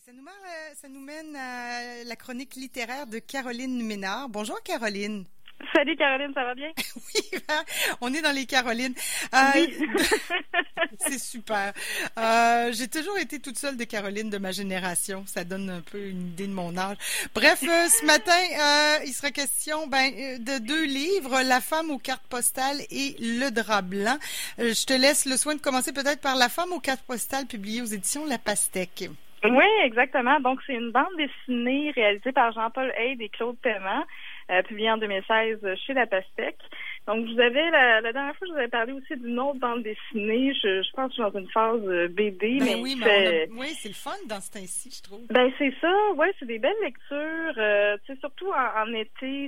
Ça nous mène à la chronique littéraire de Caroline Ménard. Bonjour Caroline. Salut Caroline, ça va bien? Oui, on est dans les Carolines. Oui. C'est super. J'ai toujours été toute seule de Caroline de ma génération. Ça donne un peu une idée de mon âge. Bref, ce matin, il sera question de deux livres, La femme aux cartes postales et Le drap blanc. Je te laisse le soin de commencer peut-être par La femme aux cartes postales, publiée aux éditions La Pastèque. Oui, exactement. Donc, c'est une bande dessinée réalisée par Jean-Paul Haide et Claude Paiement, publiée en 2016 chez La Pastèque. Donc, je vous avais, la dernière fois, je vous avais parlé aussi d'une autre bande dessinée. Je pense que je suis dans une phase BD. Ben oui, mais c'est le fun dans ce temps-ci, je trouve. Ben, c'est ça. Oui, c'est des belles lectures. Tu sais, surtout en été,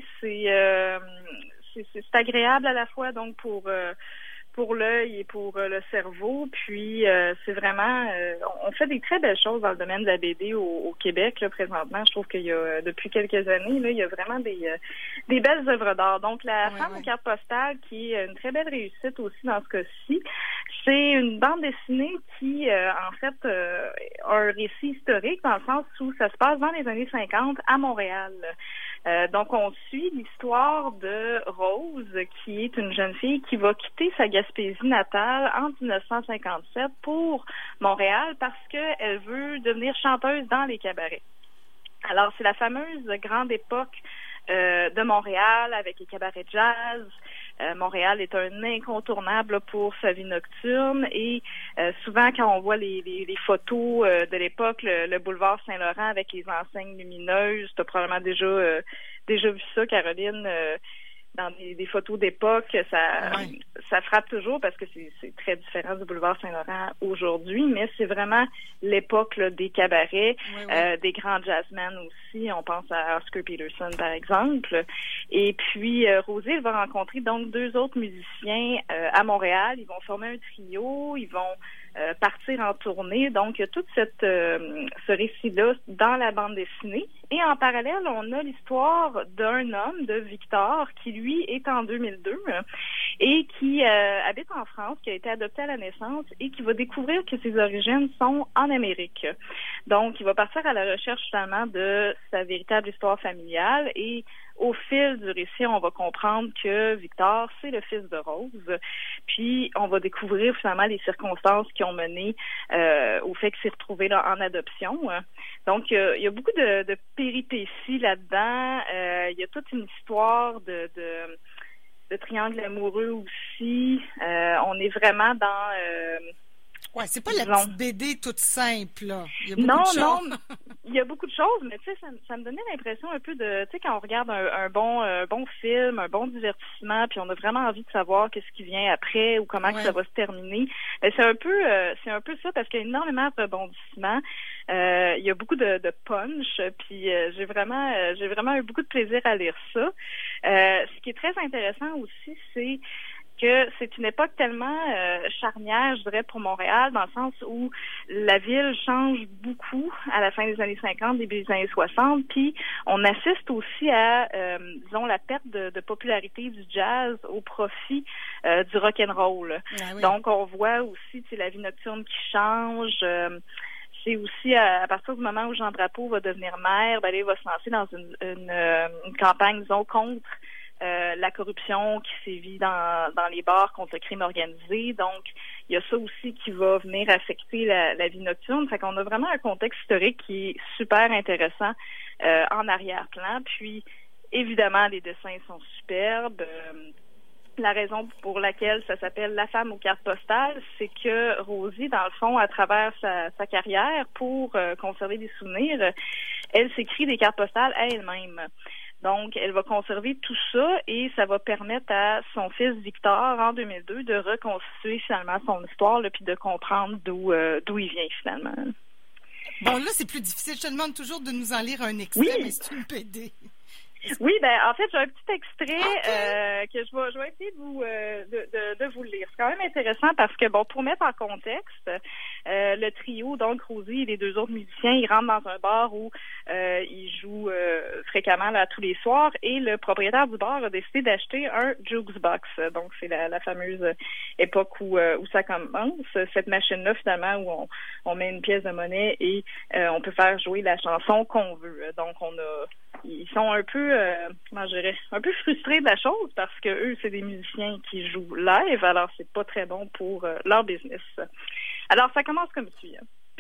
c'est agréable à la fois, donc, pour l'œil et pour le cerveau. Puis c'est vraiment on fait des très belles choses dans le domaine de la BD au Québec là, présentement. Je trouve qu'il y a depuis quelques années là, il y a vraiment des belles œuvres d'art. Donc la femme aux cartes postales, qui est une très belle réussite aussi dans ce cas-ci, c'est une bande dessinée qui en fait a un récit historique dans le sens où ça se passe dans les années 50 à Montréal. Donc, on suit l'histoire de Rose, qui est une jeune fille qui va quitter sa Gaspésie natale en 1957 pour Montréal parce qu'elle veut devenir chanteuse dans les cabarets. Alors, c'est la fameuse grande époque de Montréal avec les cabarets de jazz. Montréal est un incontournable pour sa vie nocturne et souvent quand on voit les photos de l'époque, le boulevard Saint-Laurent avec les enseignes lumineuses, tu as probablement déjà vu ça, Caroline, dans des photos d'époque, ça frappe toujours parce que c'est très différent du boulevard Saint-Laurent aujourd'hui, mais c'est vraiment l'époque là, des cabarets, des grands jazzmen aussi. On pense à Oscar Peterson, par exemple. Et puis, Rosie, elle va rencontrer donc deux autres musiciens à Montréal. Ils vont former un trio, ils vont partir en tournée. Donc, il y a tout ce récit-là dans la bande dessinée. Et en parallèle, on a l'histoire d'un homme, de Victor, qui lui est en 2002 et qui habite en France, qui a été adopté à la naissance et qui va découvrir que ses origines sont en Amérique. Donc, il va partir à la recherche finalement de sa véritable histoire familiale et au fil du récit, on va comprendre que Victor, c'est le fils de Rose. Puis, on va découvrir finalement les circonstances qui ont mené au fait qu'il s'est retrouvé là en adoption. Donc, il y a beaucoup de péripéties là-dedans. Il y a toute une histoire de triangle amoureux aussi. On est vraiment dans... ouais, c'est pas la petite BD toute simple, là. Il y a beaucoup de choses. Non, il y a beaucoup de choses, mais tu sais, ça me donnait l'impression un peu de, tu sais, quand on regarde un bon film, un bon divertissement, puis on a vraiment envie de savoir qu'est-ce qui vient après ou comment que ça va se terminer. Ben, c'est un peu ça parce qu'il y a énormément de rebondissements. Il y a beaucoup de punch, puis j'ai vraiment eu beaucoup de plaisir à lire ça. Ce qui est très intéressant aussi, c'est que c'est une époque tellement charnière, je dirais, pour Montréal, dans le sens où la ville change beaucoup à la fin des années 50, début des années 60, puis on assiste aussi à, disons, la perte de popularité du jazz au profit du rock'n'roll. Ah oui. Donc, on voit aussi, tu sais, la vie nocturne qui change. C'est aussi à partir du moment où Jean Drapeau va devenir maire, ben, il va se lancer dans une campagne, disons, contre la corruption qui sévit dans les bars, contre le crime organisé. Donc, il y a ça aussi qui va venir affecter la vie nocturne. Fait qu'on a vraiment un contexte historique qui est super intéressant en arrière-plan. Puis, évidemment, les dessins sont superbes. La raison pour laquelle ça s'appelle La femme aux cartes postales, c'est que Rosie, dans le fond, à travers sa carrière, pour conserver des souvenirs, elle s'écrit des cartes postales à elle-même. Donc, elle va conserver tout ça et ça va permettre à son fils Victor, en 2002, de reconstituer finalement son histoire là, puis de comprendre d'où il vient finalement. Bon, là, c'est plus difficile. Je te demande toujours de nous en lire un extrait, mais c'est une BD. Oui, ben en fait, j'ai un petit extrait que je vais essayer de vous le lire. C'est quand même intéressant parce que, bon, pour mettre en contexte, le trio, donc Rosie et les deux autres musiciens, ils rentrent dans un bar où ils jouent fréquemment là, tous les soirs et le propriétaire du bar a décidé d'acheter un jukebox. Donc, c'est la fameuse époque où ça commence. Cette machine-là, finalement, où on met une pièce de monnaie et on peut faire jouer la chanson qu'on veut. Donc, ils sont un peu, comment je dirais, un peu frustrés de la chose parce que eux, c'est des musiciens qui jouent live, alors c'est pas très bon pour leur business. Alors, ça commence comme suit.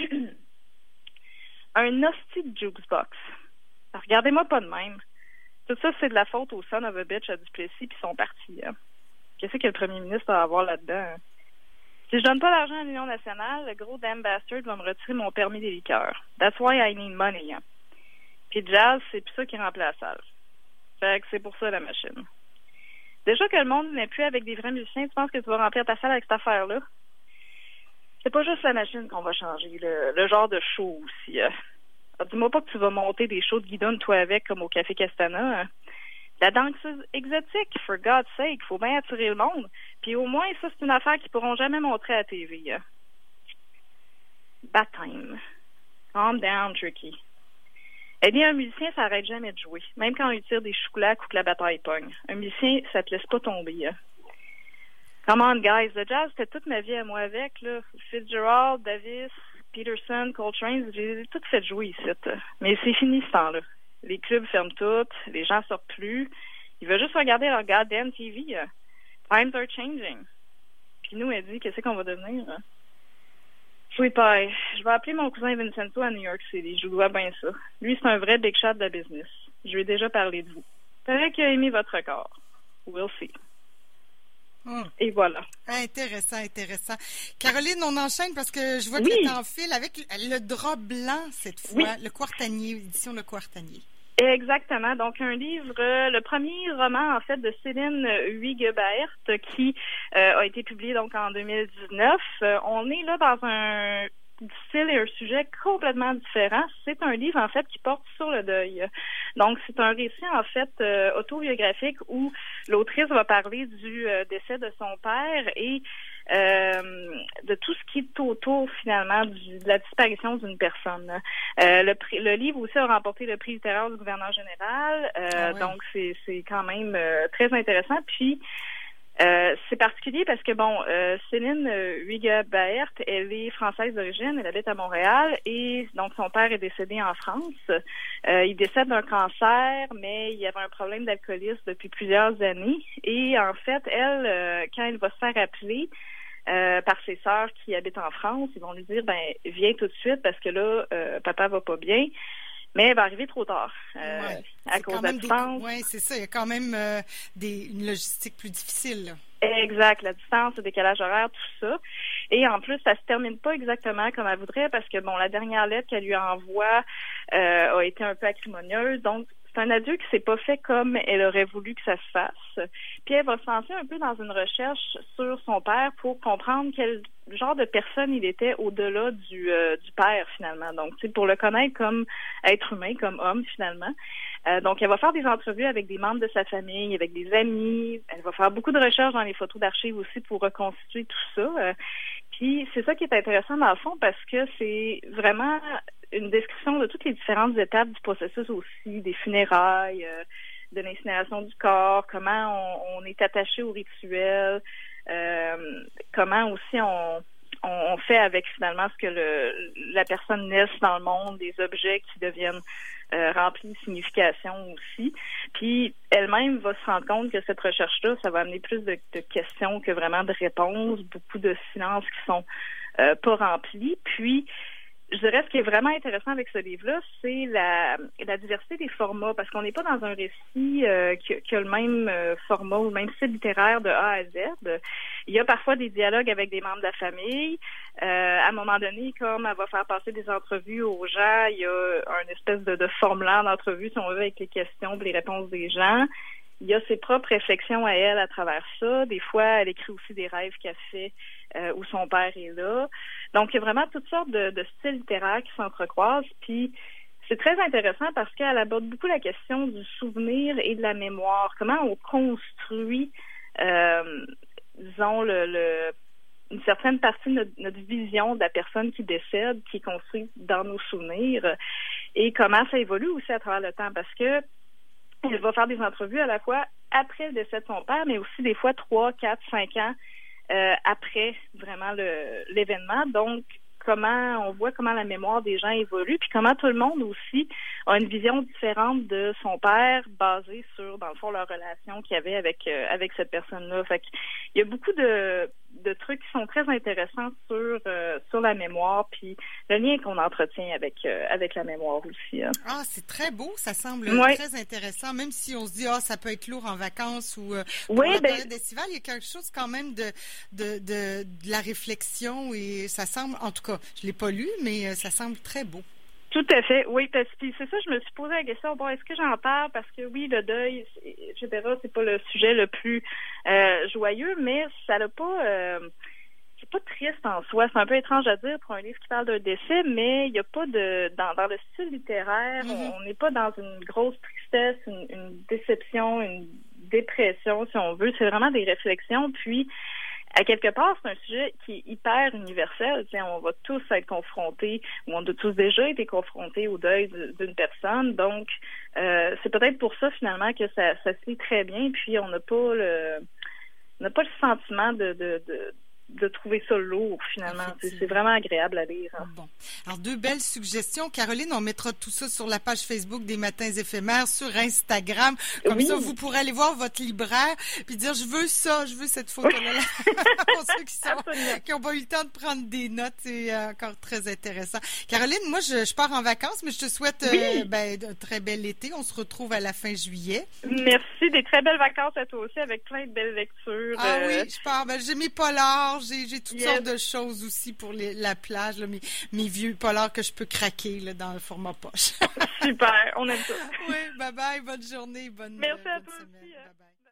Un hostie de jukebox. Regardez-moi pas de même. Tout ça, c'est de la faute au son of a bitch à Duplessis puis son parti. Qu'est-ce que le premier ministre a à voir là-dedans? Si je donne pas l'argent à l'Union nationale, le gros damn bastard va me retirer mon permis des liqueurs. That's why I need money. Puis jazz, c'est plus ça qui remplit la salle. Fait que c'est pour ça la machine. Déjà que le monde n'est plus avec des vrais musiciens, tu penses que tu vas remplir ta salle avec cette affaire-là? C'est pas juste la machine qu'on va changer, le genre de show aussi. Dis-moi pas que tu vas monter des shows de guidon toi avec comme au Café Castana. La danseuse exotique, for God's sake, faut bien attirer le monde. Puis au moins, ça, c'est une affaire qu'ils pourront jamais montrer à la TV. Baptême. Calm down, Tricky. Eh bien, un musicien, ça arrête jamais de jouer. Même quand il tire des chouclacs ou que la bataille pogne. Un musicien, ça te laisse pas tomber. Come on, guys. Le jazz, c'était toute ma vie à moi avec. Là. Fitzgerald, Davis, Peterson, Coltrane, j'ai tout fait jouer ici. Mais c'est fini ce temps-là. Les clubs ferment toutes, les gens sortent plus. Ils veulent juste regarder leur goddamn TV. Times are changing. Puis nous, elle dit, qu'est-ce qu'on va devenir? Sweet pie. Je vais appeler mon cousin Vincenzo à New York City. Je vous dois bien ça. Lui, c'est un vrai big shot de la business. Je lui ai déjà parlé de vous. Paraît qu'il a aimé votre record. We'll see. Et voilà. Intéressant, intéressant. Caroline, on enchaîne parce que je vois que tu en file avec le drap blanc cette fois, Le Quartanier, édition Le Quartanier. Exactement. Donc, un livre, le premier roman, en fait, de Céline Huyghebaert, qui a été publié donc en 2019. On est là dans un style et un sujet complètement différent. C'est un livre, en fait, qui porte sur le deuil. Donc, c'est un récit, en fait, autobiographique où l'autrice va parler du décès de son père et de tout ce qui est autour, finalement, de la disparition d'une personne. Le livre aussi a remporté le prix littéraire du gouverneur général. Donc, c'est quand même très intéressant. Puis, c'est particulier parce que, bon, Céline Huyghebaert, elle est française d'origine, elle habite à Montréal et donc son père est décédé en France. Il décède d'un cancer, mais il y avait un problème d'alcoolisme depuis plusieurs années. Et en fait, elle, quand elle va se faire appeler par ses sœurs qui habitent en France, ils vont lui dire, ben, viens tout de suite parce que là, papa va pas bien. Mais elle va arriver trop tard à cause de la distance. Oui, c'est ça. Il y a quand même une logistique plus difficile. Là. Exact. La distance, le décalage horaire, tout ça. Et en plus, ça se termine pas exactement comme elle voudrait parce que, bon, la dernière lettre qu'elle lui envoie a été un peu acrimonieuse. Donc, c'est un adieu qui s'est pas fait comme elle aurait voulu que ça se fasse. Puis elle va se lancer un peu dans une recherche sur son père pour comprendre quel genre de personne il était au-delà du père, finalement. Donc, c'est pour le connaître comme être humain, comme homme, finalement. Donc, elle va faire des entrevues avec des membres de sa famille, avec des amis. Elle va faire beaucoup de recherches dans les photos d'archives aussi pour reconstituer tout ça. Puis, c'est ça qui est intéressant dans le fond parce que c'est vraiment une description de toutes les différentes étapes du processus aussi, des funérailles, de l'incinération du corps, comment on est attaché au rituel, comment aussi on fait avec finalement ce que la personne laisse dans le monde, des objets qui deviennent remplis de signification aussi. Puis elle-même va se rendre compte que cette recherche-là, ça va amener plus de questions que vraiment de réponses, beaucoup de silences qui sont pas remplis. Puis je dirais ce qui est vraiment intéressant avec ce livre-là, c'est la diversité des formats, parce qu'on n'est pas dans un récit qui a le même format ou le même style littéraire de A à Z. Il y a parfois des dialogues avec des membres de la famille. À un moment donné, comme elle va faire passer des entrevues aux gens, il y a un espèce de formulaire d'entrevue, si on veut, avec les questions et les réponses des gens. Il y a ses propres réflexions à elle à travers ça. Des fois, elle écrit aussi des rêves qu'elle fait où son père est là. Donc, il y a vraiment toutes sortes de styles littéraires qui s'entrecroisent. Puis, c'est très intéressant parce qu'elle aborde beaucoup la question du souvenir et de la mémoire. Comment on construit, disons, une certaine partie de notre vision de la personne qui décède, qui est construite dans nos souvenirs, et comment ça évolue aussi à travers le temps. Parce que elle va faire des entrevues à la fois après le décès de son père, mais aussi des fois 3, 4, 5 ans après vraiment l'événement. Donc, on voit comment la mémoire des gens évolue, puis comment tout le monde aussi a une vision différente de son père basée sur, dans le fond, leur relation qu'il y avait avec cette personne-là. Fait qu'il y a beaucoup de trucs qui sont très intéressants sur la mémoire, puis le lien qu'on entretient avec la mémoire aussi. Hein. Ah, c'est très beau, ça semble très intéressant, même si on se dit ça peut être lourd en vacances ou pour la période estivale, il y a quelque chose quand même de la réflexion et ça semble, en tout cas, je l'ai pas lu, mais ça semble très beau. Tout à fait, oui, parce que c'est ça, je me suis posé la question, est-ce que j'en parle? Parce que oui, le deuil, etc., c'est pas le sujet le plus joyeux, mais ça n'a pas... c'est pas triste en soi. C'est un peu étrange à dire pour un livre qui parle d'un décès, mais il n'y a pas dans le style littéraire, on n'est pas dans une grosse tristesse, une déception, une dépression, si on veut. C'est vraiment des réflexions, puis à quelque part, c'est un sujet qui est hyper universel. T'sais, on va tous être confrontés, ou on a tous déjà été confrontés au deuil d'une personne. Donc, c'est peut-être pour ça, finalement, que ça se lit très bien. Puis, on n'a pas le sentiment de trouver ça lourd, finalement. C'est vraiment agréable à lire. Hein. Bon. Alors, 2 belles suggestions. Caroline, on mettra tout ça sur la page Facebook des Matins éphémères, sur Instagram. Comme ça, vous pourrez aller voir votre libraire puis dire, je veux ça, je veux cette photo-là. Pour ceux qui n'ont pas eu le temps de prendre des notes, c'est encore très intéressant. Caroline, moi, je pars en vacances, mais je te souhaite un très bel été. On se retrouve à la fin juillet. Merci. Des très belles vacances à toi aussi, avec plein de belles lectures. Ah oui, je pars. J'ai mes polars. J'ai toutes sortes de choses aussi pour la plage, là, mes vieux polars que je peux craquer là, dans le format poche. Super, on aime ça. Oui, bye-bye, bonne journée, Merci à bonne toi semaine. aussi. Bye-bye.